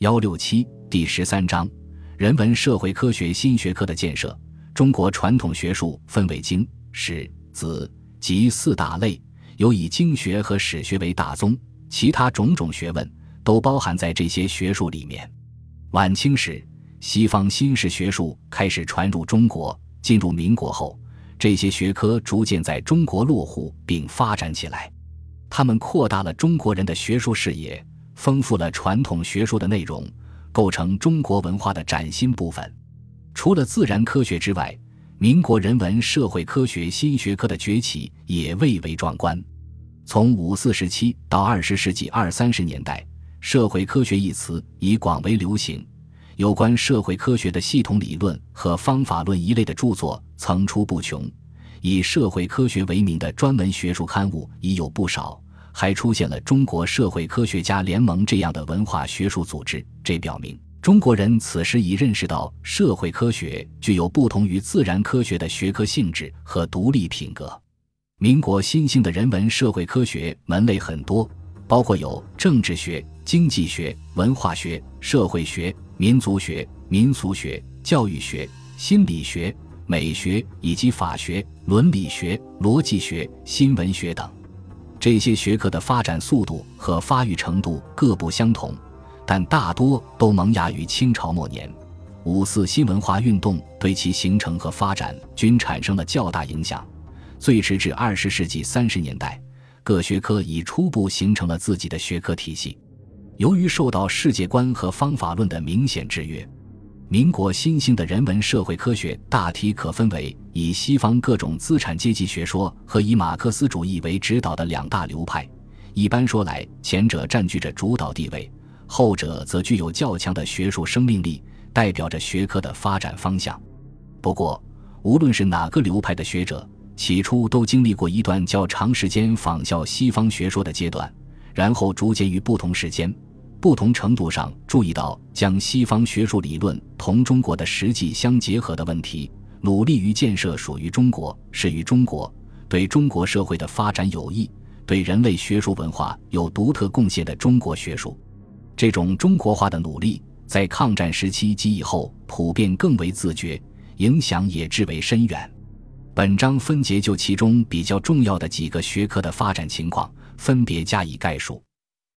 167第13章人文社会科学新学科的建设。中国传统学术分为经、史、子及四大类，尤以经学和史学为大宗，其他种种学问都包含在这些学术里面。晚清时，西方新式学术开始传入中国，进入民国后，这些学科逐渐在中国落户并发展起来。他们扩大了中国人的学术视野，丰富了传统学术的内容，构成中国文化的崭新部分。除了自然科学之外，民国人文社会科学新学科的崛起也蔚为壮观。从5·4时期到20世纪20-30年代，社会科学一词已广为流行，有关社会科学的系统理论和方法论一类的著作层出不穷，以社会科学为名的专门学术刊物已有不少，还出现了中国社会科学家联盟这样的文化学术组织。这表明中国人此时已认识到社会科学具有不同于自然科学的学科性质和独立品格。民国新兴的人文社会科学门类很多，包括有政治学、经济学、文化学、社会学、民族学、民俗学、教育学、心理学、美学以及法学、伦理学、逻辑学、新闻学等。这些学科的发展速度和发育程度各不相同，但大多都萌芽于清朝末年。5·4新文化运动对其形成和发展均产生了较大影响，最迟至20世纪30年代，各学科已初步形成了自己的学科体系。由于受到世界观和方法论的明显制约，民国新兴的人文社会科学大体可分为以西方各种资产阶级学说和以马克思主义为指导的两大流派。一般说来，前者占据着主导地位，后者则具有较强的学术生命力，代表着学科的发展方向。不过，无论是哪个流派的学者，起初都经历过一段较长时间仿效西方学说的阶段，然后逐渐于不同时间、不同程度上注意到将西方学术理论同中国的实际相结合的问题，努力于建设属于中国、适于中国、对中国社会的发展有益、对人类学术文化有独特贡献的中国学术。这种中国化的努力在抗战时期及以后普遍更为自觉，影响也至为深远。本章分节就其中比较重要的几个学科的发展情况，分别加以概述。